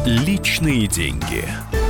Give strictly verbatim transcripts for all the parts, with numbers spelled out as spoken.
Личные деньги.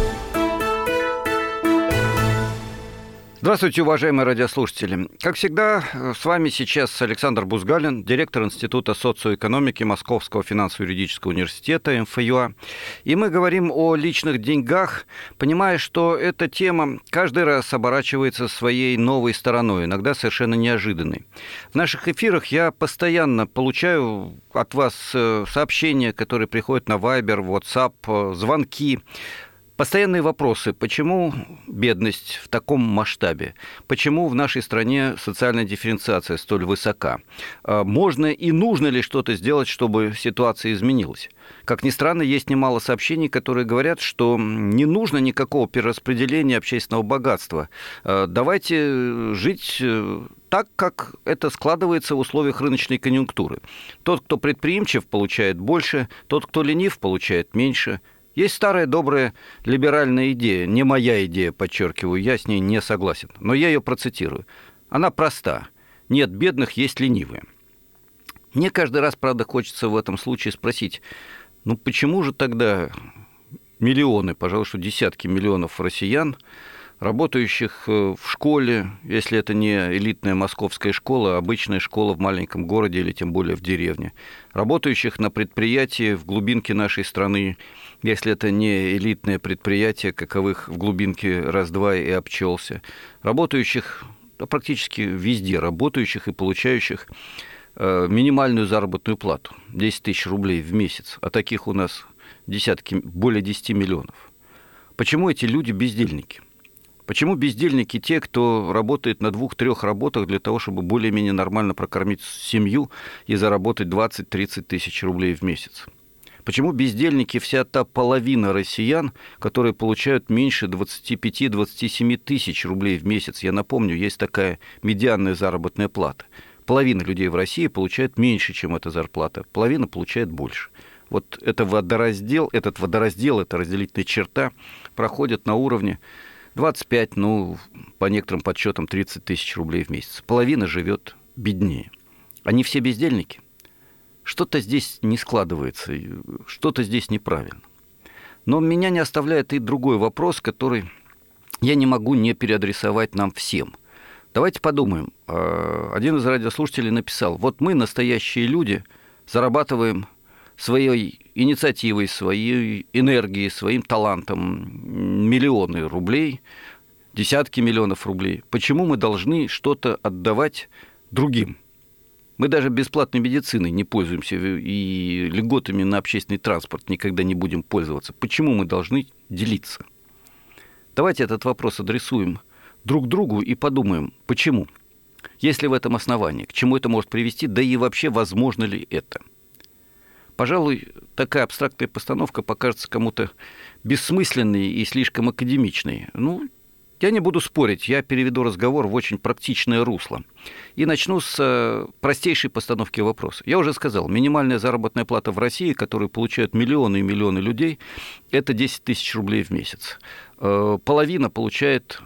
Здравствуйте, уважаемые радиослушатели. Как всегда, с вами сейчас Александр Бузгалин, директор Института социоэкономики Московского финансово-юридического университета эм эф ю а. И мы говорим о личных деньгах, понимая, что эта тема каждый раз оборачивается своей новой стороной, иногда совершенно неожиданной. В наших эфирах я постоянно получаю от вас сообщения, которые приходят на Viber, WhatsApp, звонки. Постоянные вопросы. Почему бедность в таком масштабе? Почему в нашей стране социальная дифференциация столь высока? Можно и нужно ли что-то сделать, чтобы ситуация изменилась? Как ни странно, есть немало сообщений, которые говорят, что не нужно никакого перераспределения общественного богатства. Давайте жить так, как это складывается в условиях рыночной конъюнктуры. Тот, кто предприимчив, получает больше, тот, кто ленив, получает меньше. Есть старая добрая либеральная идея, не моя идея, подчеркиваю, я с ней не согласен, но я ее процитирую. Она проста. Нет бедных, есть ленивые. Мне каждый раз, правда, хочется в этом случае спросить, ну почему же тогда миллионы, пожалуй, что десятки миллионов россиян, работающих в школе, если это не элитная московская школа, а обычная школа в маленьком городе или тем более в деревне, работающих на предприятии в глубинке нашей страны, если это не элитное предприятие, каковых в глубинке раз-два и обчелся, работающих да, практически везде, работающих и получающих э, минимальную заработную плату, десять тысяч рублей в месяц, а таких у нас десятки, более десяти миллионов. Почему эти люди бездельники? Почему бездельники те, кто работает на двух-трех работах для того, чтобы более-менее нормально прокормить семью и заработать двадцать-тридцать тысяч рублей в месяц? Почему бездельники вся та половина россиян, которые получают меньше двадцати пяти - двадцати семи тысяч рублей в месяц? Я напомню, есть такая медианная заработная плата. Половина людей в России получает меньше, чем эта зарплата, половина получает больше. Вот это водораздел, этот водораздел, эта разделительная черта проходит на уровне двадцать пять, ну, по некоторым подсчетам, тридцать тысяч рублей в месяц. Половина живет беднее. Они все бездельники? Что-то здесь не складывается, что-то здесь неправильно. Но меня не оставляет и другой вопрос, который я не могу не переадресовать нам всем. Давайте подумаем. Один из радиослушателей написал, вот мы, настоящие люди, зарабатываем своей инициативой, своей энергией, своим талантом миллионы рублей, десятки миллионов рублей. Почему мы должны что-то отдавать другим? Мы даже бесплатной медициной не пользуемся и льготами на общественный транспорт никогда не будем пользоваться. Почему мы должны делиться? Давайте этот вопрос адресуем друг другу и подумаем, почему? Есть ли в этом основание? К чему это может привести? Да и вообще, возможно ли это? Пожалуй, такая абстрактная постановка покажется кому-то бессмысленной и слишком академичной. Ну, я не буду спорить, я переведу разговор в очень практичное русло. И начну с простейшей постановки вопроса. Я уже сказал, минимальная заработная плата в России, которую получают миллионы и миллионы людей, это десять тысяч рублей в месяц. Половина получает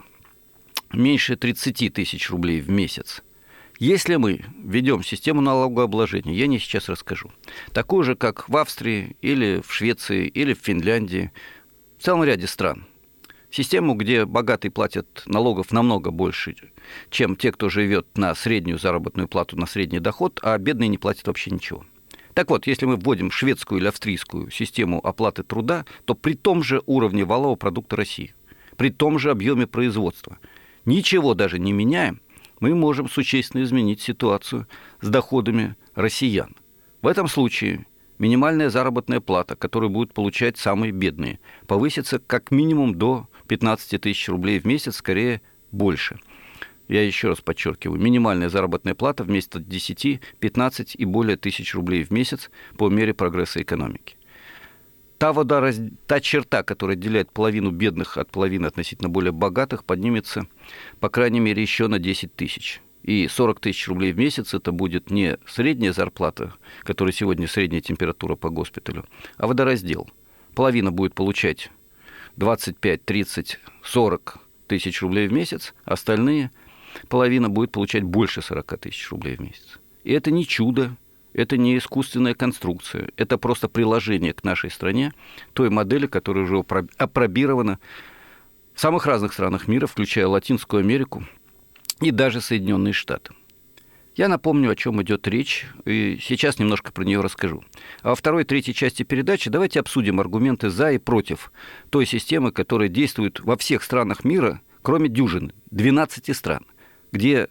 меньше тридцать тысяч рублей в месяц. Если мы введем систему налогообложения, я не сейчас расскажу, такую же, как в Австрии или в Швеции или в Финляндии, в целом ряде стран, систему, где богатые платят налогов намного больше, чем те, кто живет на среднюю заработную плату, на средний доход, а бедные не платят вообще ничего. Так вот, если мы вводим шведскую или австрийскую систему оплаты труда, то при том же уровне валового продукта России, при том же объеме производства, ничего даже не меняем, мы можем существенно изменить ситуацию с доходами россиян. В этом случае минимальная заработная плата, которую будут получать самые бедные, повысится как минимум до пятнадцати тысяч рублей в месяц, скорее больше. Я еще раз подчеркиваю, минимальная заработная плата вместо десяти, пятнадцати и более тысяч рублей в месяц по мере прогресса экономики. Та, водораз... Та черта, которая отделяет половину бедных от половины относительно более богатых, поднимется, по крайней мере, еще на десять тысяч. И сорок тысяч рублей в месяц – это будет не средняя зарплата, которая сегодня средняя температура по госпиталю, а водораздел. Половина будет получать двадцать пять, тридцать, сорок тысяч рублей в месяц, остальные половина будет получать больше сорока тысяч рублей в месяц. И это не чудо, Это не искусственная конструкция, это просто приложение к нашей стране той модели, которая уже апробирована в самых разных странах мира, включая Латинскую Америку и даже Соединенные Штаты. Я напомню, о чем идет речь, и сейчас немножко про нее расскажу. А во второй и третьей части передачи давайте обсудим аргументы за и против той системы, которая действует во всех странах мира, кроме дюжины, двенадцати стран, где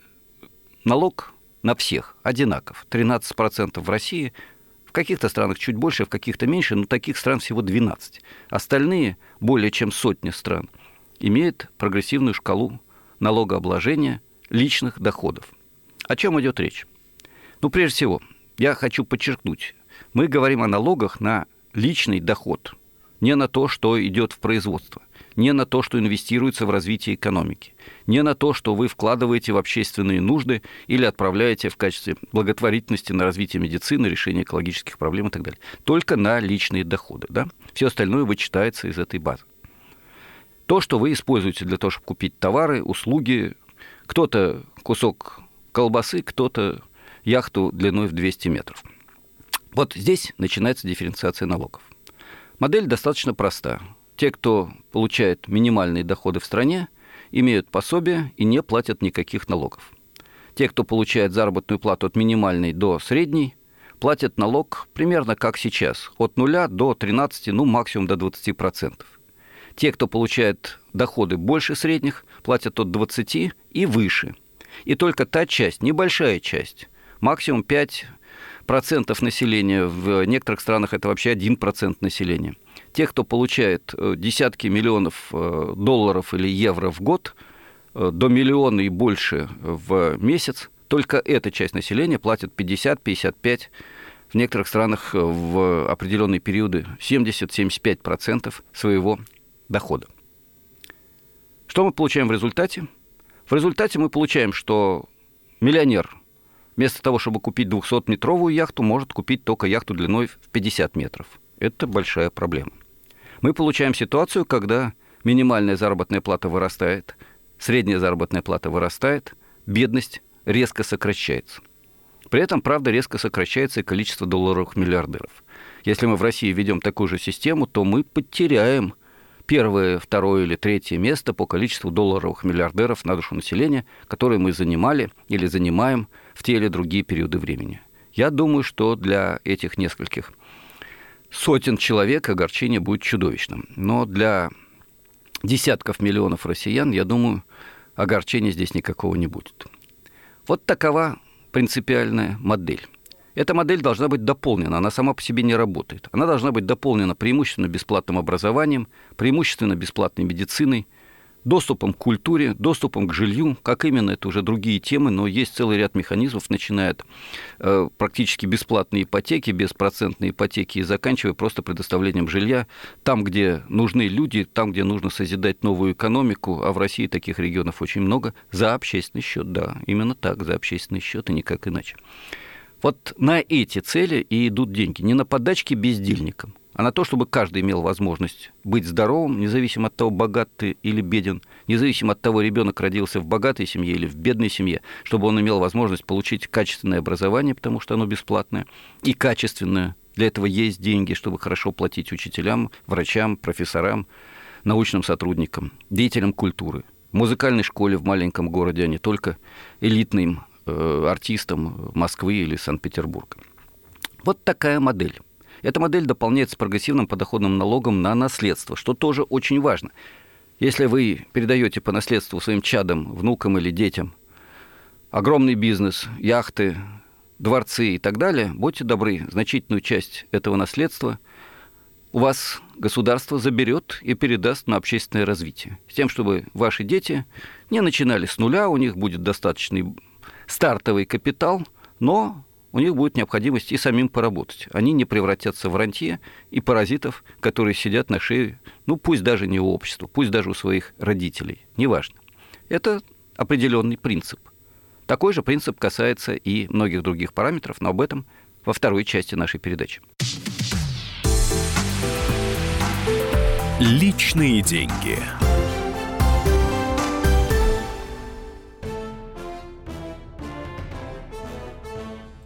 налог на всех одинаков. тринадцать процентов в России, в каких-то странах чуть больше, в каких-то меньше, но таких стран всего двенадцать. Остальные, более чем сотня стран, имеют прогрессивную шкалу налогообложения личных доходов. О чем идет речь? Ну, прежде всего, я хочу подчеркнуть, мы говорим о налогах на личный доход, не на то, что идет в производство, не на то, что инвестируется в развитие экономики, не на то, что вы вкладываете в общественные нужды или отправляете в качестве благотворительности на развитие медицины, решение экологических проблем и так далее. Только на личные доходы. Да? Все остальное вычитается из этой базы. То, что вы используете для того, чтобы купить товары, услуги, кто-то кусок колбасы, кто-то яхту длиной в двести метров. Вот здесь начинается дифференциация налогов. Модель достаточно проста. Те, кто получает минимальные доходы в стране, имеют пособие и не платят никаких налогов. Те, кто получает заработную плату от минимальной до средней, платят налог примерно как сейчас, от нуля до тринадцати, ну максимум до двадцати процентов. Те, кто получает доходы больше средних, платят от двадцати и выше. И только та часть, небольшая часть, максимум пять процентов населения, в некоторых странах это вообще один процент населения. Те, кто получает десятки миллионов долларов или евро в год, до миллиона и больше в месяц, только эта часть населения платит пятьдесят - пятьдесят пять процентов, в некоторых странах в определенные периоды семьдесят - семьдесят пять процентов своего дохода. Что мы получаем в результате? В результате мы получаем, что миллионер вместо того, чтобы купить двухсотметровую яхту, может купить только яхту длиной в пятьдесят метров. Это большая проблема. Мы получаем ситуацию, когда минимальная заработная плата вырастает, средняя заработная плата вырастает, бедность резко сокращается. При этом, правда, резко сокращается и количество долларовых миллиардеров. Если мы в России ведем такую же систему, то мы потеряем первое, второе или третье место по количеству долларовых миллиардеров на душу населения, которые мы занимали или занимаем в те или другие периоды времени. Я думаю, что для этих нескольких сотен человек огорчение будет чудовищным. Но для десятков миллионов россиян, я думаю, огорчения здесь никакого не будет. Вот такова принципиальная модель. Эта модель должна быть дополнена, она сама по себе не работает. Она должна быть дополнена преимущественно бесплатным образованием, преимущественно бесплатной медициной, доступом к культуре, доступом к жилью. Как именно, это уже другие темы, но есть целый ряд механизмов, начиная от э, практически бесплатной ипотеки, беспроцентной ипотеки и заканчивая просто предоставлением жилья там, где нужны люди, там, где нужно созидать новую экономику, а в России таких регионов очень много, за общественный счет, да, именно так, за общественный счет и никак иначе. Вот на эти цели и идут деньги. Не на подачки бездельникам, а на то, чтобы каждый имел возможность быть здоровым, независимо от того, богат ты или беден, независимо от того, ребенок родился в богатой семье или в бедной семье, чтобы он имел возможность получить качественное образование, потому что оно бесплатное, и качественное. Для этого есть деньги, чтобы хорошо платить учителям, врачам, профессорам, научным сотрудникам, деятелям культуры. В музыкальной школе в маленьком городе, а не только элитным артистам Москвы или Санкт-Петербурга. Вот такая модель. Эта модель дополняется прогрессивным подоходным налогом на наследство, что тоже очень важно. Если вы передаете по наследству своим чадам, внукам или детям огромный бизнес, яхты, дворцы и так далее, будьте добры, значительную часть этого наследства у вас государство заберет и передаст на общественное развитие. С тем, чтобы ваши дети не начинали с нуля, у них будет достаточный стартовый капитал, но у них будет необходимость и самим поработать. Они не превратятся в рантье и паразитов, которые сидят на шее, ну, пусть даже не у общества, пусть даже у своих родителей, неважно. Это определенный принцип. Такой же принцип касается и многих других параметров, но об этом во второй части нашей передачи. Личные деньги.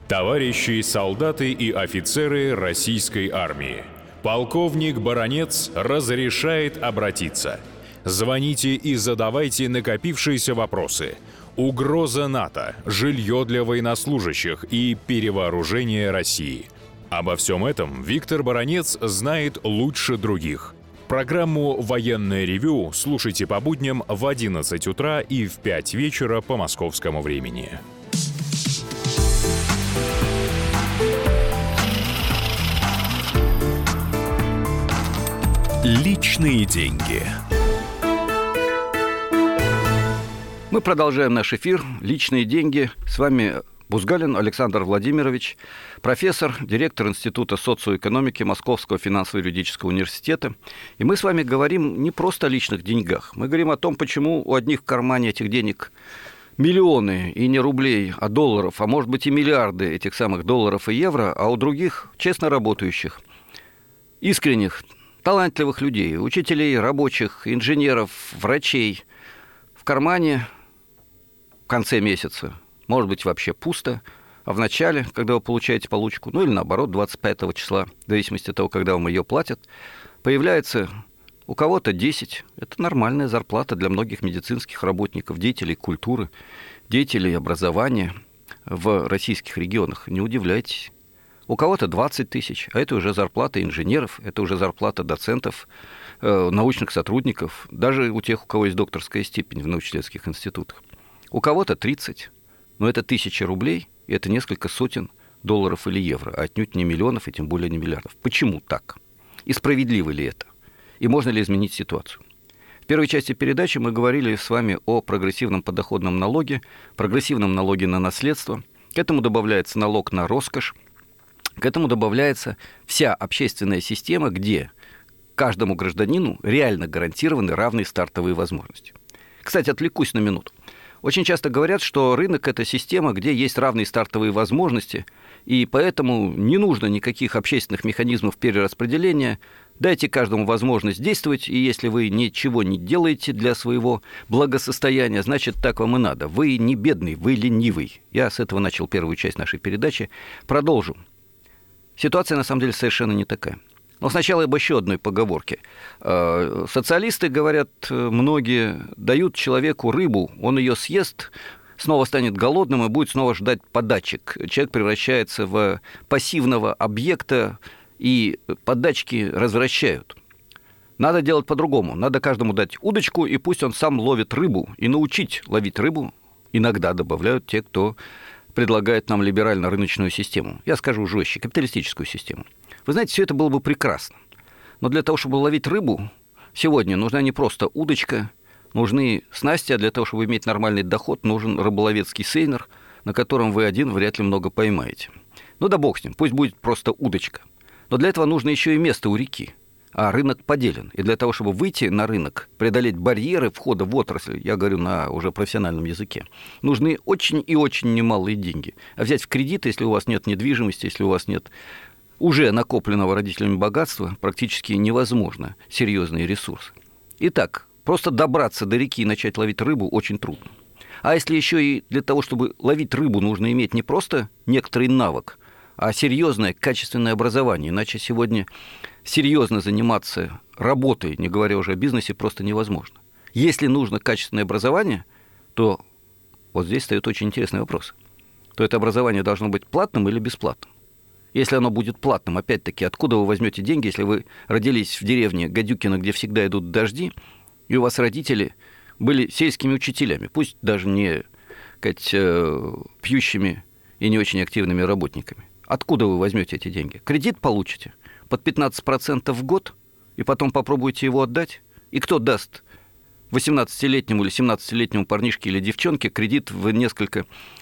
Товарищи солдаты и офицеры российской армии, полковник Баранец разрешает обратиться. Звоните и задавайте накопившиеся вопросы. Угроза НАТО, жилье для военнослужащих и перевооружение России. Обо всем этом Виктор Баранец знает лучше других. Программу «Военное ревю» слушайте по будням в одиннадцать утра и в пять вечера по московскому времени. Личные деньги. Мы продолжаем наш эфир «Личные деньги». С вами Бузгалин Александр Владимирович, профессор, директор Института социоэкономики Московского финансово-юридического университета. И мы с вами говорим не просто о личных деньгах. Мы говорим о том, почему у одних в кармане этих денег миллионы, и не рублей, а долларов, а может быть и миллиарды этих самых долларов и евро, а у других честно работающих, искренних, талантливых людей, учителей, рабочих, инженеров, врачей в кармане в конце месяца может быть вообще пусто, а в начале, когда вы получаете получку, ну или наоборот, двадцать пятого числа, в зависимости от того, когда вам ее платят, появляется у кого-то десять. Это нормальная зарплата для многих медицинских работников, деятелей культуры, деятелей образования в российских регионах. Не удивляйтесь. У кого-то двадцать тысяч, а это уже зарплата инженеров, это уже зарплата доцентов, э, научных сотрудников, даже у тех, у кого есть докторская степень в научно-исследовательских институтах. У кого-то тридцать. Но это тысячи рублей, и это несколько сотен долларов или евро, а отнюдь не миллионов, и тем более не миллиардов. Почему так? И справедливо ли это? И можно ли изменить ситуацию? В первой части передачи мы говорили с вами о прогрессивном подоходном налоге, прогрессивном налоге на наследство. К этому добавляется налог на роскошь. К этому добавляется вся общественная система, где каждому гражданину реально гарантированы равные стартовые возможности. Кстати, отвлекусь на минуту. Очень часто говорят, что рынок – это система, где есть равные стартовые возможности, и поэтому не нужно никаких общественных механизмов перераспределения. Дайте каждому возможность действовать, и если вы ничего не делаете для своего благосостояния, значит, так вам и надо. Вы не бедный, вы ленивый. Я с этого начал первую часть нашей передачи. Продолжу. Ситуация, на самом деле, совершенно не такая. Но сначала об еще одной поговорке. Социалисты, говорят многие, дают человеку рыбу, он ее съест, снова станет голодным и будет снова ждать подачек. Человек превращается в пассивного объекта, и подачки развращают. Надо делать по-другому. Надо каждому дать удочку, и пусть он сам ловит рыбу. И научить ловить рыбу иногда добавляют те, кто предлагает нам либерально-рыночную систему. Я скажу жестче, капиталистическую систему. Вы знаете, все это было бы прекрасно. Но для того, чтобы ловить рыбу, сегодня нужна не просто удочка, нужны снасти, а для того, чтобы иметь нормальный доход, нужен рыболовецкий сейнер, на котором вы один вряд ли много поймаете. Ну да бог с ним, пусть будет просто удочка. Но для этого нужно еще и место у реки. А рынок поделен. И для того, чтобы выйти на рынок, преодолеть барьеры входа в отрасль, я говорю на уже профессиональном языке, нужны очень и очень немалые деньги. А взять в кредит, если у вас нет недвижимости, если у вас нет уже накопленного родителями богатства, практически невозможно серьезные ресурсы. Итак, просто добраться до реки и начать ловить рыбу очень трудно. А если еще и для того, чтобы ловить рыбу, нужно иметь не просто некоторый навык, а серьезное, качественное образование. Иначе сегодня серьезно заниматься работой, не говоря уже о бизнесе, просто невозможно. Если нужно качественное образование, то вот здесь встает очень интересный вопрос. То это образование должно быть платным или бесплатным? Если оно будет платным, опять-таки, откуда вы возьмете деньги, если вы родились в деревне Гадюкино, где всегда идут дожди, и у вас родители были сельскими учителями, пусть даже не, сказать, пьющими и не очень активными работниками? Откуда вы возьмете эти деньги? Кредит получите под пятнадцать процентов в год, и потом попробуете его отдать? И кто даст восемнадцатилетнему или семнадцатилетнему парнишке или девчонке кредит в несколько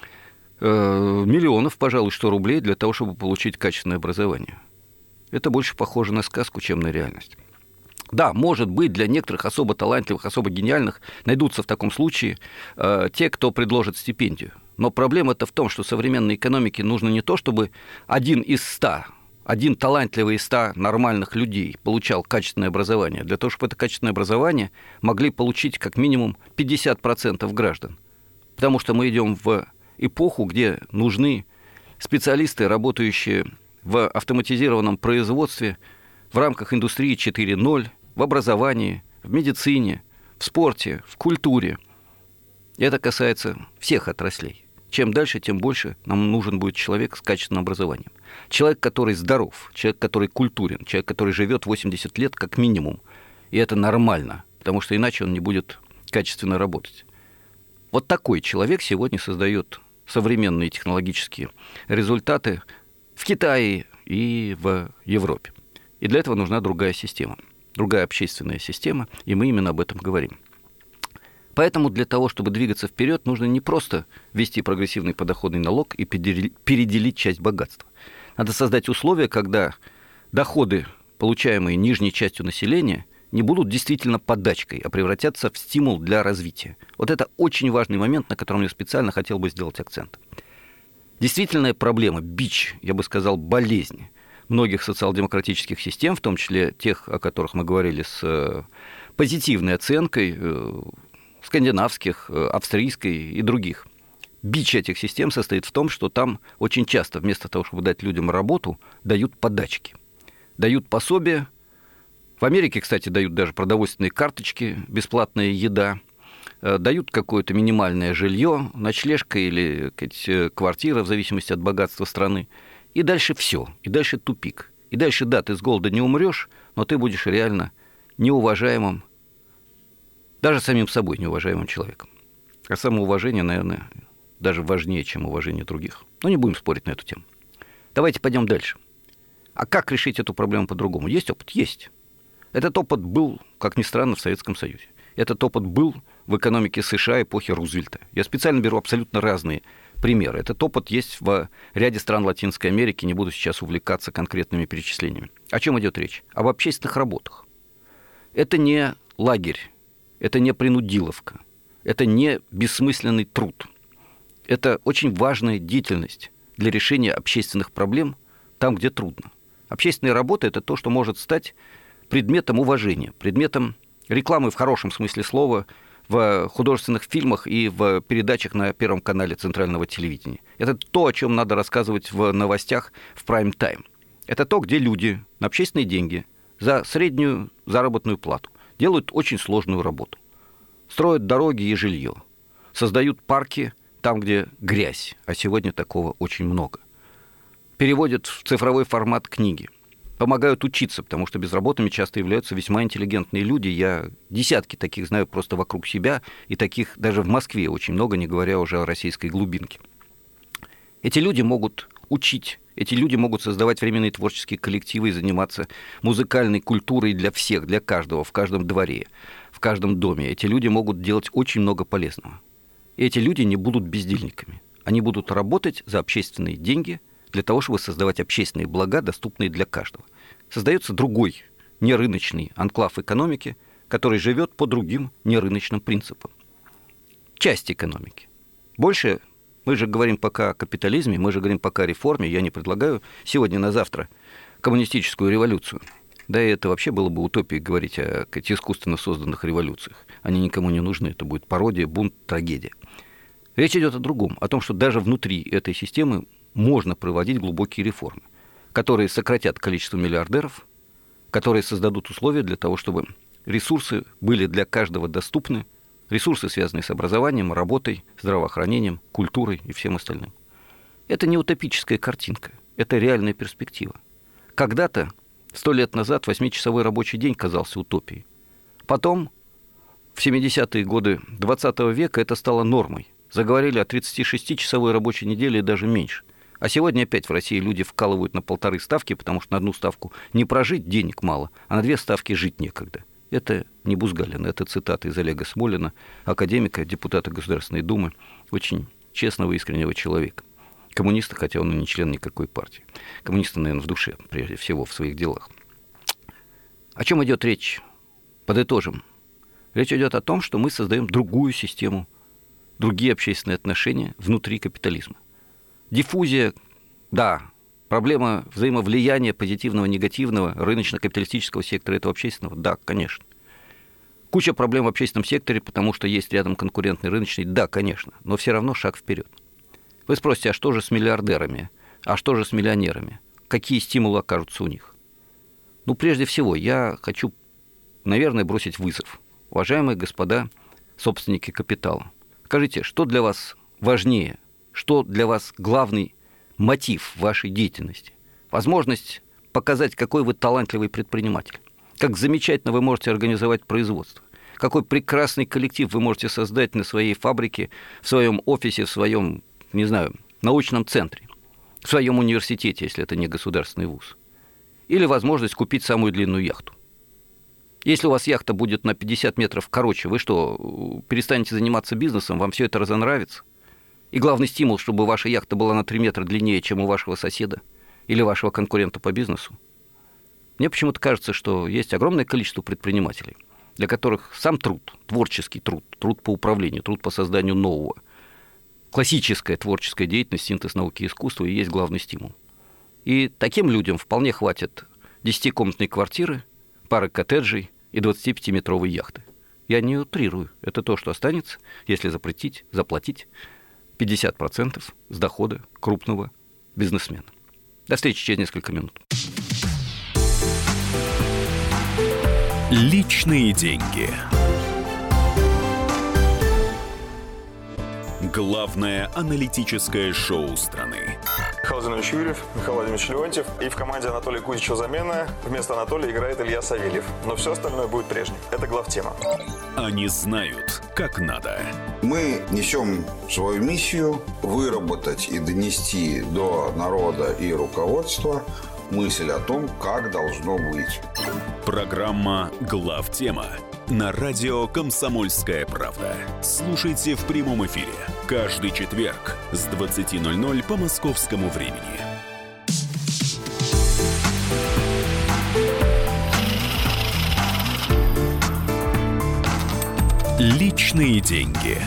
э, миллионов, пожалуй, что рублей для того, чтобы получить качественное образование? Это больше похоже на сказку, чем на реальность. Да, может быть, для некоторых особо талантливых, особо гениальных найдутся в таком случае э, те, кто предложит стипендию. Но проблема-то в том, что современной экономике нужно не то, чтобы один из ста, один талантливый из ста нормальных людей получал качественное образование. Для того, чтобы это качественное образование могли получить как минимум пятьдесят процентов граждан. Потому что мы идем в эпоху, где нужны специалисты, работающие в автоматизированном производстве, в рамках индустрии четыре ноль, в образовании, в медицине, в спорте, в культуре. Это касается всех отраслей. Чем дальше, тем больше нам нужен будет человек с качественным образованием. Человек, который здоров, человек, который культурен, человек, который живет восемьдесят лет как минимум. И это нормально, потому что иначе он не будет качественно работать. Вот такой человек сегодня создает современные технологические результаты в Китае и в Европе. И для этого нужна другая система, другая общественная система, и мы именно об этом говорим. Поэтому для того, чтобы двигаться вперед, нужно не просто ввести прогрессивный подоходный налог и переделить часть богатства. Надо создать условия, когда доходы, получаемые нижней частью населения, не будут действительно подачкой, а превратятся в стимул для развития. Вот это очень важный момент, на котором я специально хотел бы сделать акцент. Действительная проблема, бич, я бы сказал, болезнь многих социал-демократических систем, в том числе тех, о которых мы говорили с позитивной оценкой, скандинавских, австрийской и других. Бич этих систем состоит в том, что там очень часто вместо того, чтобы дать людям работу, дают подачки, дают пособия. В Америке, кстати, дают даже продовольственные карточки, бесплатная еда, дают какое-то минимальное жилье, ночлежка или сказать, квартира, в зависимости от богатства страны. И дальше все, и дальше тупик. И дальше, да, ты с голода не умрешь, но ты будешь реально неуважаемым, даже самим собой неуважаемым человеком. А самоуважение, наверное, даже важнее, чем уважение других. Но не будем спорить на эту тему. Давайте пойдем дальше. А как решить эту проблему по-другому? Есть опыт? Есть. Этот опыт был, как ни странно, в Советском Союзе. Этот опыт был в экономике США эпохи Рузвельта. Я специально беру абсолютно разные примеры. Этот опыт есть в ряде стран Латинской Америки. Не буду сейчас увлекаться конкретными перечислениями. О чем идет речь? Об общественных работах. Это не лагерь, это не принудиловка, это не бессмысленный труд. Это очень важная деятельность для решения общественных проблем там, где трудно. Общественная работа – это то, что может стать предметом уважения, предметом рекламы в хорошем смысле слова в художественных фильмах и в передачах на Первом канале Центрального телевидения. Это то, о чем надо рассказывать в новостях в прайм-тайм. Это то, где люди на общественные деньги за среднюю заработную плату делают очень сложную работу. Строят дороги и жилье, создают парки там, где грязь, а сегодня такого очень много. Переводят в цифровой формат книги, помогают учиться, потому что безработными часто являются весьма интеллигентные люди. Я десятки таких знаю просто вокруг себя, и таких даже в Москве очень много, не говоря уже о российской глубинке. Эти люди могут учить, эти люди могут создавать временные творческие коллективы и заниматься музыкальной культурой для всех, для каждого, в каждом дворе, в каждом доме. Эти люди могут делать очень много полезного. И эти люди не будут бездельниками. Они будут работать за общественные деньги для того, чтобы создавать общественные блага, доступные для каждого. Создается другой, нерыночный анклав экономики, который живет по другим нерыночным принципам. Часть экономики. Больше мы же говорим пока о капитализме, мы же говорим пока о реформе. Я не предлагаю сегодня на завтра коммунистическую революцию. Да и это вообще было бы утопией говорить о искусственно созданных революциях. Они никому не нужны, это будет пародия, бунт, трагедия. Речь идет о другом, о том, что даже внутри этой системы можно проводить глубокие реформы, которые сократят количество миллиардеров, которые создадут условия для того, чтобы ресурсы были для каждого доступны, ресурсы, связанные с образованием, работой, здравоохранением, культурой и всем остальным. Это не утопическая картинка, это реальная перспектива. Когда-то, сто лет назад, восьмичасовой рабочий день казался утопией. Потом, в семидесятые годы двадцатого века, это стало нормой. Заговорили о тридцатишестичасовой рабочей неделе и даже меньше. А сегодня опять в России люди вкалывают на полторы ставки, потому что на одну ставку не прожить, денег мало, а на две ставки жить некогда. Это не Бузгалин, это цитата из Олега Смолина, академика, депутата Государственной Думы, очень честного и искреннего человека. Коммуниста, хотя он и не член никакой партии. Коммуниста, наверное, в душе, прежде всего, в своих делах. О чем идет речь? Подытожим. Речь идет о том, что мы создаем другую систему, другие общественные отношения внутри капитализма. Диффузия, да, проблема взаимовлияния позитивного, негативного, рыночно-капиталистического сектора этого общественного, да, конечно. Куча проблем в общественном секторе, потому что есть рядом конкурентный рыночный, да, конечно, но все равно шаг вперед. Вы спросите, а что же с миллиардерами? А что же с миллионерами? Какие стимулы окажутся у них? Ну, прежде всего, я хочу, наверное, бросить вызов. Уважаемые господа собственники капитала, скажите, что для вас важнее, что для вас главный мотив вашей деятельности? Возможность показать, какой вы талантливый предприниматель, как замечательно вы можете организовать производство, какой прекрасный коллектив вы можете создать на своей фабрике, в своем офисе, в своем, не знаю, научном центре, в своем университете, если это не государственный вуз. Или возможность купить самую длинную яхту. Если у вас яхта будет на пятьдесят метров короче, вы что, перестанете заниматься бизнесом, вам все это разонравится? И главный стимул, чтобы ваша яхта была на три метра длиннее, чем у вашего соседа или вашего конкурента по бизнесу. Мне почему-то кажется, что есть огромное количество предпринимателей, для которых сам труд, творческий труд, труд по управлению, труд по созданию нового, классическая творческая деятельность, синтез науки и искусства и есть главный стимул. И таким людям вполне хватит десятикомнатной квартиры, пары коттеджей и двадцатипятиметровой яхты. Я не утрирую. Это то, что останется, если запретить, заплатить пятьдесят процентов с дохода крупного бизнесмена. До встречи через несколько минут. Личные деньги. Главное аналитическое шоу страны. Михаил Владимирович Юрьев, Михаил Владимирович Леонтьев. И в команде Анатолия Кузичева замена. Вместо Анатолия играет Илья Савельев. Но все остальное будет прежним. Это главтема. Они знают, как надо. Мы несем свою миссию выработать и донести до народа и руководства мысль о том, как должно быть. Программа «Главтема» на радио «Комсомольская правда». Слушайте в прямом эфире каждый четверг с двадцати ноль-ноль по московскому времени. Личные деньги.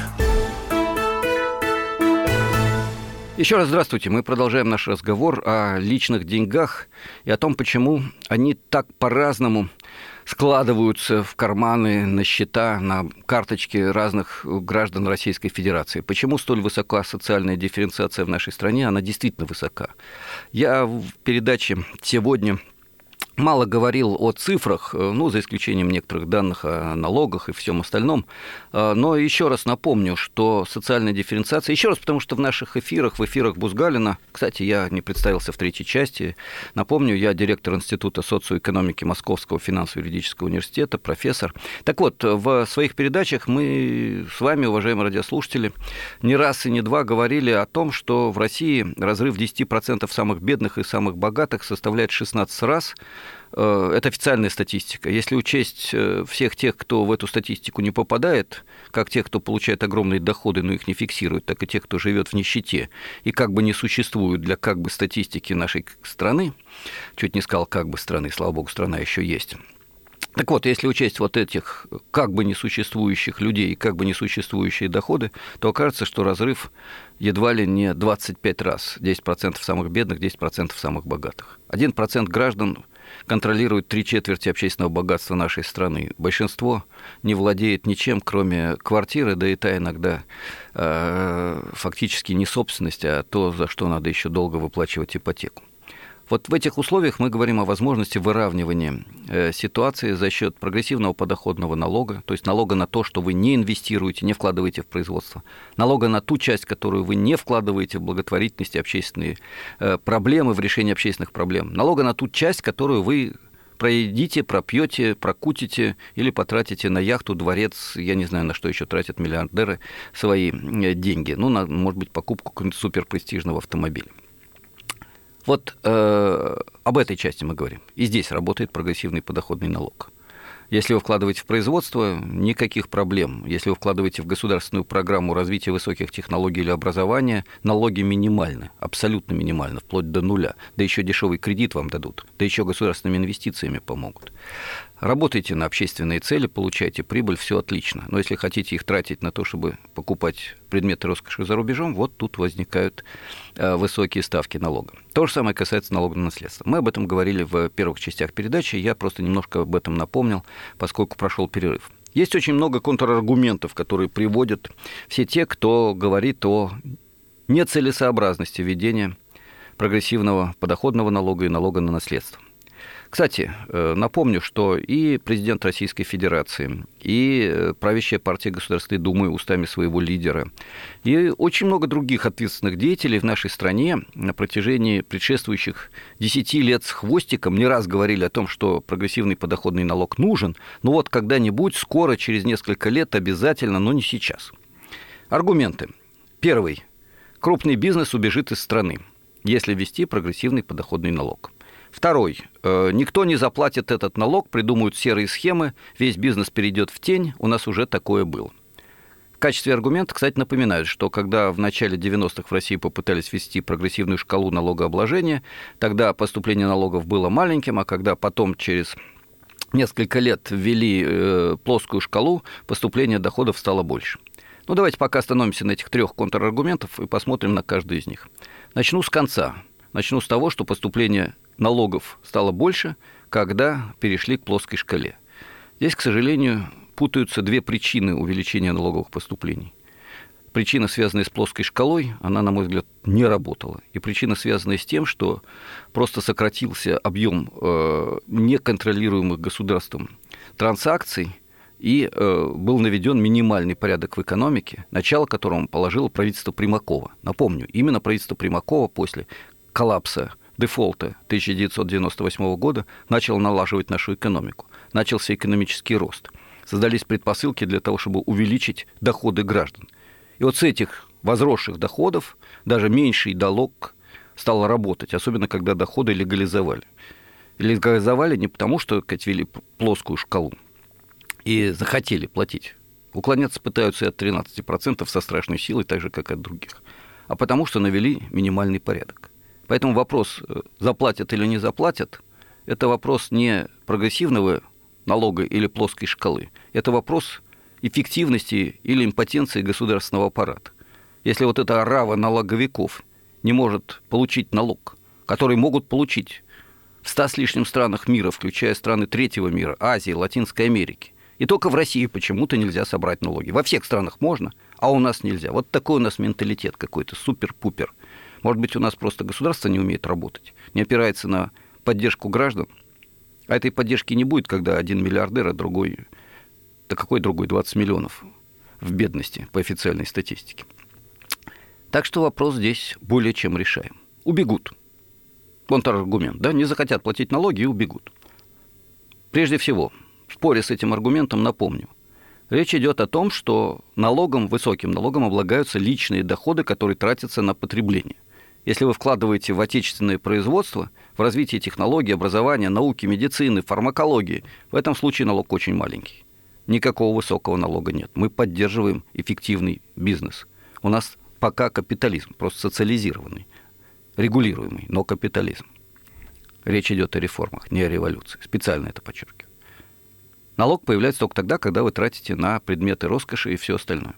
Еще раз здравствуйте. Мы продолжаем наш разговор о личных деньгах и о том, почему они так по-разному складываются в карманы, на счета, на карточки разных граждан Российской Федерации. Почему столь высока социальная дифференциация в нашей стране? Она действительно высока. Я в передаче сегодня мало говорил о цифрах, ну, за исключением некоторых данных о налогах и всем остальном. Но еще раз напомню, что социальная дифференциация... Еще раз, потому что в наших эфирах, в эфирах Бузгалина... Кстати, я не представился в третьей части. Напомню, я директор Института социоэкономики Московского финансово-юридического университета, профессор. Так вот, в своих передачах мы с вами, уважаемые радиослушатели, не раз и не два говорили о том, что в России разрыв десять процентов самых бедных и самых богатых составляет шестнадцать раз. Это официальная статистика. Если учесть всех тех, кто в эту статистику не попадает, как тех, кто получает огромные доходы, но их не фиксирует, так и тех, кто живет в нищете и как бы не существует для как бы статистики нашей страны, чуть не сказал как бы страны, слава богу, страна еще есть. Так вот, если учесть вот этих как бы несуществующих людей и как бы несуществующие доходы, то окажется, что разрыв едва ли не двадцать пять раз. десять процентов самых бедных, десять процентов самых богатых. один процент граждан контролирует три четверти общественного богатства нашей страны. Большинство не владеет ничем, кроме квартиры, да и та иногда э, фактически не собственность, а то, за что надо еще долго выплачивать ипотеку. Вот в этих условиях мы говорим о возможности выравнивания ситуации за счет прогрессивного подоходного налога, то есть налога на то, что вы не инвестируете, не вкладываете в производство, налога на ту часть, которую вы не вкладываете в благотворительность и общественные проблемы, в решение общественных проблем, налога на ту часть, которую вы проедите, пропьете, прокутите или потратите на яхту, дворец, я не знаю, на что еще тратят миллиардеры свои деньги, ну, на, может быть, покупку какого-нибудь суперпрестижного автомобиля. Вот э, об этой части мы говорим. И здесь работает прогрессивный подоходный налог. Если вы вкладываете в производство, никаких проблем. Если вы вкладываете в государственную программу развития высоких технологий или образования, налоги минимальны, абсолютно минимальны, вплоть до нуля. Да еще дешевый кредит вам дадут, да еще государственными инвестициями помогут. Работайте на общественные цели, получайте прибыль, все отлично. Но если хотите их тратить на то, чтобы покупать предметы роскоши за рубежом, вот тут возникают высокие ставки налога. То же самое касается налога на наследство. Мы об этом говорили в первых частях передачи, я просто немножко об этом напомнил, поскольку прошел перерыв. Есть очень много контраргументов, которые приводят все те, кто говорит о нецелесообразности введения прогрессивного подоходного налога и налога на наследство. Кстати, напомню, что и президент Российской Федерации, и правящая партия Государственной Думы устами своего лидера, и очень много других ответственных деятелей в нашей стране на протяжении предшествующих десяти лет с хвостиком не раз говорили о том, что прогрессивный подоходный налог нужен, но вот когда-нибудь, скоро, через несколько лет обязательно, но не сейчас. Аргументы. Первый. Крупный бизнес убежит из страны, если ввести прогрессивный подоходный налог. Второй. Никто не заплатит этот налог, придумают серые схемы, весь бизнес перейдет в тень, у нас уже такое было. В качестве аргумента, кстати, напоминают, что когда в начале девяностых в России попытались ввести прогрессивную шкалу налогообложения, тогда поступление налогов было маленьким, а когда потом через несколько лет ввели плоскую шкалу, поступление доходов стало больше. Ну, давайте пока остановимся на этих трех контраргументах и посмотрим на каждый из них. Начну с конца. Начну с того, что поступление налогов стало больше, когда перешли к плоской шкале. Здесь, к сожалению, путаются две причины увеличения налоговых поступлений. Причина, связанная с плоской шкалой, она, на мой взгляд, не работала. И причина, связанная с тем, что просто сократился объем э, неконтролируемых государством транзакций, и э, был наведен минимальный порядок в экономике, начало которому положило правительство Примакова. Напомню, именно правительство Примакова после коллапса, дефолта тысяча девятьсот девяносто восьмого года начало налаживать нашу экономику. Начался экономический рост. Создались предпосылки для того, чтобы увеличить доходы граждан. И вот с этих возросших доходов даже меньший налог стал работать, особенно когда доходы легализовали. Легализовали не потому, что ввели плоскую шкалу и захотели платить. Уклоняться пытаются и от тринадцати процентов со страшной силой, так же, как и от других. А потому что навели минимальный порядок. Поэтому вопрос, заплатят или не заплатят, это вопрос не прогрессивного налога или плоской шкалы. Это вопрос эффективности или импотенции государственного аппарата. Если вот эта орава налоговиков не может получить налог, который могут получить в ста с лишним странах мира, включая страны третьего мира, Азии, Латинской Америки, и только в России почему-то нельзя собрать налоги. Во всех странах можно, а у нас нельзя. Вот такой у нас менталитет какой-то, супер-пупер. Может быть, у нас просто государство не умеет работать, не опирается на поддержку граждан. А этой поддержки не будет, когда один миллиардер, а другой... Да какой другой? двадцать миллионов в бедности по официальной статистике. Так что вопрос здесь более чем решаем. Убегут. Контраргумент, да? Не захотят платить налоги и убегут. Прежде всего, в споре с этим аргументом напомню. Речь идет о том, что налогом, высоким налогом облагаются личные доходы, которые тратятся на потребление. Если вы вкладываете в отечественное производство, в развитие технологий, образования, науки, медицины, фармакологии, в этом случае налог очень маленький. Никакого высокого налога нет. Мы поддерживаем эффективный бизнес. У нас пока капитализм, просто социализированный, регулируемый, но капитализм. Речь идет о реформах, не о революции. Специально это подчеркиваю. Налог появляется только тогда, когда вы тратите на предметы роскоши и все остальное.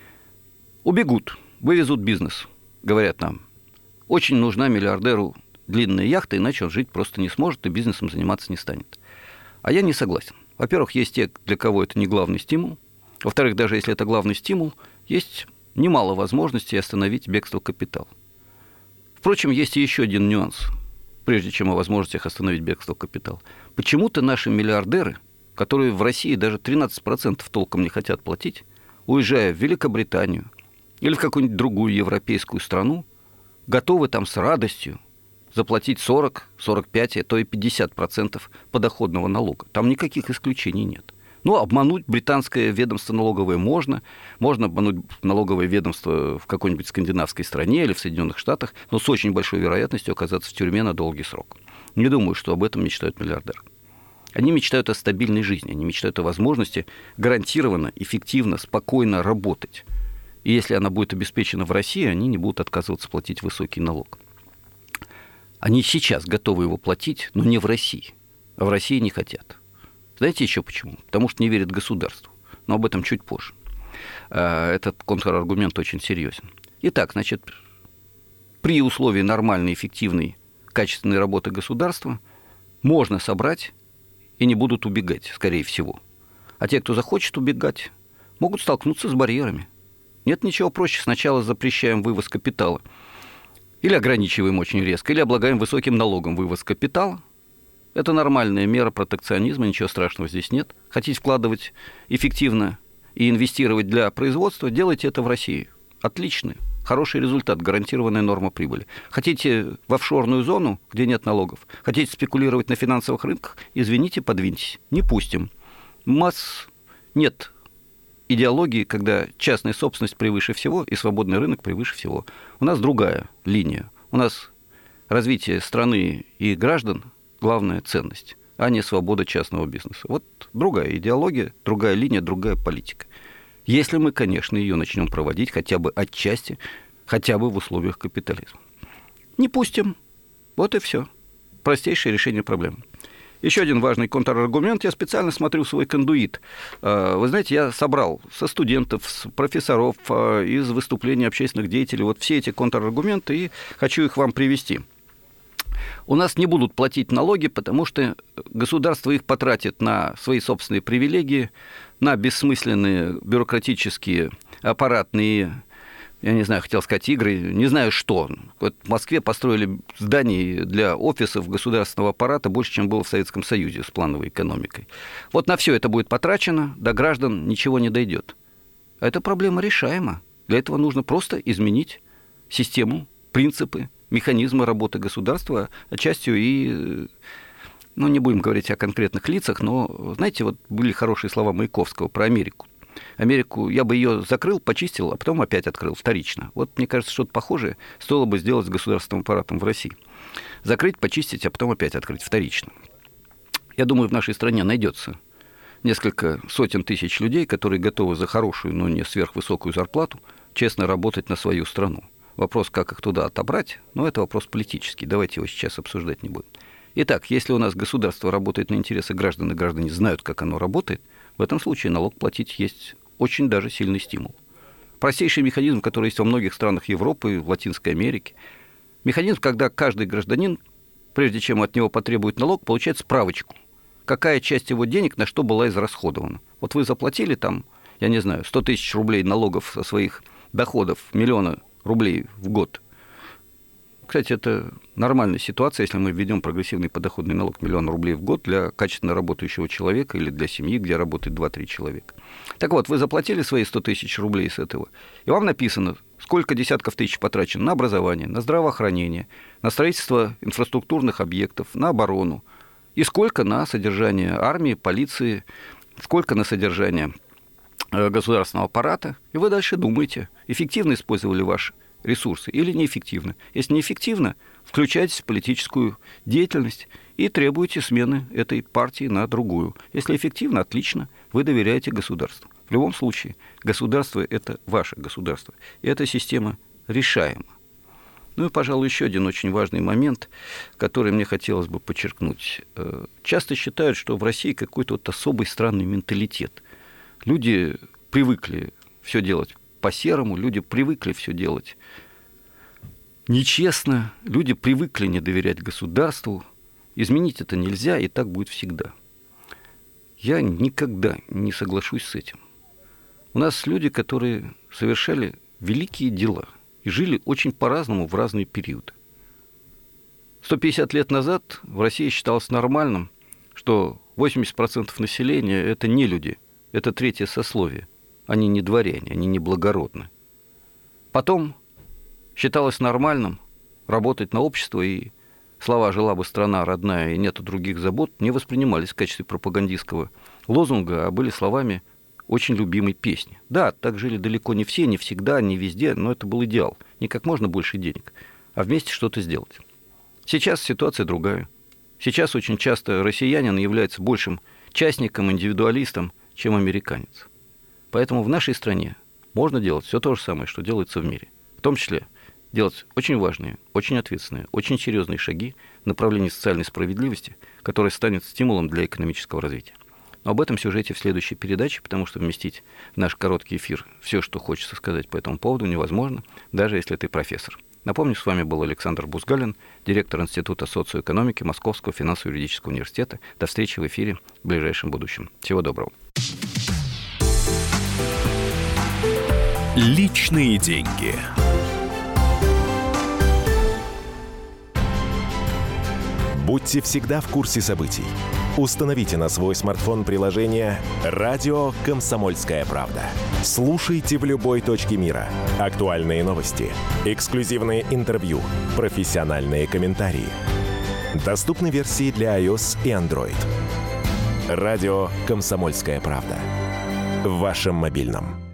Убегут, вывезут бизнес, говорят нам. Очень нужна миллиардеру длинная яхта, иначе он жить просто не сможет и бизнесом заниматься не станет. А я не согласен. Во-первых, есть те, для кого это не главный стимул. Во-вторых, даже если это главный стимул, есть немало возможностей остановить бегство капитала. Впрочем, есть и еще один нюанс, прежде чем о возможностях остановить бегство капитала. Почему-то наши миллиардеры, которые в России даже тринадцать процентов толком не хотят платить, уезжая в Великобританию или в какую-нибудь другую европейскую страну, готовы там с радостью заплатить сорок, сорок пять, а то и пятьдесят процентов подоходного налога. Там никаких исключений нет. Ну, обмануть британское ведомство налоговое можно, можно обмануть налоговое ведомство в какой-нибудь скандинавской стране или в Соединенных Штатах, но с очень большой вероятностью оказаться в тюрьме на долгий срок. Не думаю, что об этом мечтают миллиардеры. Они мечтают о стабильной жизни, они мечтают о возможности гарантированно, эффективно, спокойно работать. И если она будет обеспечена в России, они не будут отказываться платить высокий налог. Они сейчас готовы его платить, но не в России. А в России не хотят. Знаете еще почему? Потому что не верят государству. Но об этом чуть позже. Этот контраргумент очень серьезен. Итак, значит, при условии нормальной, эффективной, качественной работы государства можно собрать и не будут убегать, скорее всего. А те, кто захочет убегать, могут столкнуться с барьерами. Нет ничего проще. Сначала запрещаем вывоз капитала или ограничиваем очень резко, или облагаем высоким налогом вывоз капитала. Это нормальная мера протекционизма, ничего страшного здесь нет. Хотите вкладывать эффективно и инвестировать для производства, делайте это в России. Отличный, хороший результат, гарантированная норма прибыли. Хотите в офшорную зону, где нет налогов, хотите спекулировать на финансовых рынках, извините, подвиньтесь, не пустим. Масс нет идеологии, когда частная собственность превыше всего и свободный рынок превыше всего. У нас другая линия. У нас развитие страны и граждан – главная ценность, а не свобода частного бизнеса. Вот другая идеология, другая линия, другая политика. Если мы, конечно, ее начнем проводить хотя бы отчасти, хотя бы в условиях капитализма. Не пустим. Вот и все. Простейшее решение проблемы. Еще один важный контраргумент. Я специально смотрю свой кондуит. Вы знаете, я собрал со студентов, с профессоров, из выступлений общественных деятелей вот все эти контраргументы и хочу их вам привести. У нас не будут платить налоги, потому что государство их потратит на свои собственные привилегии, на бессмысленные бюрократические, аппаратные, я не знаю, хотел сказать, игры, не знаю что. Вот в Москве построили зданий для офисов государственного аппарата больше, чем было в Советском Союзе с плановой экономикой. Вот на все это будет потрачено, до граждан ничего не дойдет. А эта проблема решаема. Для этого нужно просто изменить систему, принципы, механизмы работы государства, частью и, ну, не будем говорить о конкретных лицах, но, знаете, вот были хорошие слова Маяковского про Америку. Америку, я бы ее закрыл, почистил, а потом опять открыл вторично. Вот, мне кажется, что-то похожее стоило бы сделать с государственным аппаратом в России. Закрыть, почистить, а потом опять открыть вторично. Я думаю, в нашей стране найдется несколько сотен тысяч людей, которые готовы за хорошую, но не сверхвысокую зарплату честно работать на свою страну. Вопрос, как их туда отобрать, но это вопрос политический. Давайте его сейчас обсуждать не будем. Итак, если у нас государство работает на интересы граждан, и граждане знают, как оно работает, в этом случае налог платить есть очень даже сильный стимул. Простейший механизм, который есть во многих странах Европы, в Латинской Америке. Механизм, когда каждый гражданин, прежде чем от него потребует налог, получает справочку, какая часть его денег на что была израсходована. Вот вы заплатили там, я не знаю, сто тысяч рублей налогов со своих доходов, миллиона рублей в год. Кстати, это нормальная ситуация, если мы введем прогрессивный подоходный налог миллион рублей в год для качественно работающего человека или для семьи, где работает два-три человека. Так вот, вы заплатили свои сто тысяч рублей с этого, и вам написано, сколько десятков тысяч потрачено на образование, на здравоохранение, на строительство инфраструктурных объектов, на оборону, и сколько на содержание армии, полиции, сколько на содержание государственного аппарата, и вы дальше думаете, эффективно использовали ваши ресурсы или неэффективно. Если неэффективно, включайтесь в политическую деятельность и требуйте смены этой партии на другую. Если эффективно, отлично, вы доверяете государству. В любом случае, государство – это ваше государство, и эта система решаема. Ну и, пожалуй, еще один очень важный момент, который мне хотелось бы подчеркнуть. Часто считают, что в России какой-то вот особый странный менталитет. Люди привыкли все делать по-серому, люди привыкли все делать нечестно, люди привыкли не доверять государству. Изменить это нельзя, и так будет всегда. Я никогда не соглашусь с этим. У нас люди, которые совершали великие дела и жили очень по-разному в разные периоды. сто пятьдесят лет назад в России считалось нормальным, что восемьдесят процентов населения – это не люди, это третье сословие. Они не дворяне, они не благородны. Потом считалось нормальным работать на общество, и слова «жила бы страна родная и нету других забот» не воспринимались в качестве пропагандистского лозунга, а были словами очень любимой песни. Да, так жили далеко не все, не всегда, не везде, но это был идеал. Не как можно больше денег, а вместе что-то сделать. Сейчас ситуация другая. Сейчас очень часто россиянин является большим частником, индивидуалистом, чем американец. Поэтому в нашей стране можно делать все то же самое, что делается в мире. В том числе делать очень важные, очень ответственные, очень серьезные шаги в направлении социальной справедливости, которая станет стимулом для экономического развития. Но об этом сюжете в следующей передаче, потому что вместить в наш короткий эфир все, что хочется сказать по этому поводу, невозможно, даже если ты профессор. Напомню, с вами был Александр Бузгалин, директор Института социоэкономики Московского финансово-юридического университета. До встречи в эфире в ближайшем будущем. Всего доброго. Личные деньги. Будьте всегда в курсе событий. Установите на свой смартфон приложение «Радио Комсомольская правда». Слушайте в любой точке мира. Актуальные новости, эксклюзивные интервью, профессиональные комментарии. Доступны версии для iOS и Android. Радио «Комсомольская правда». В вашем мобильном.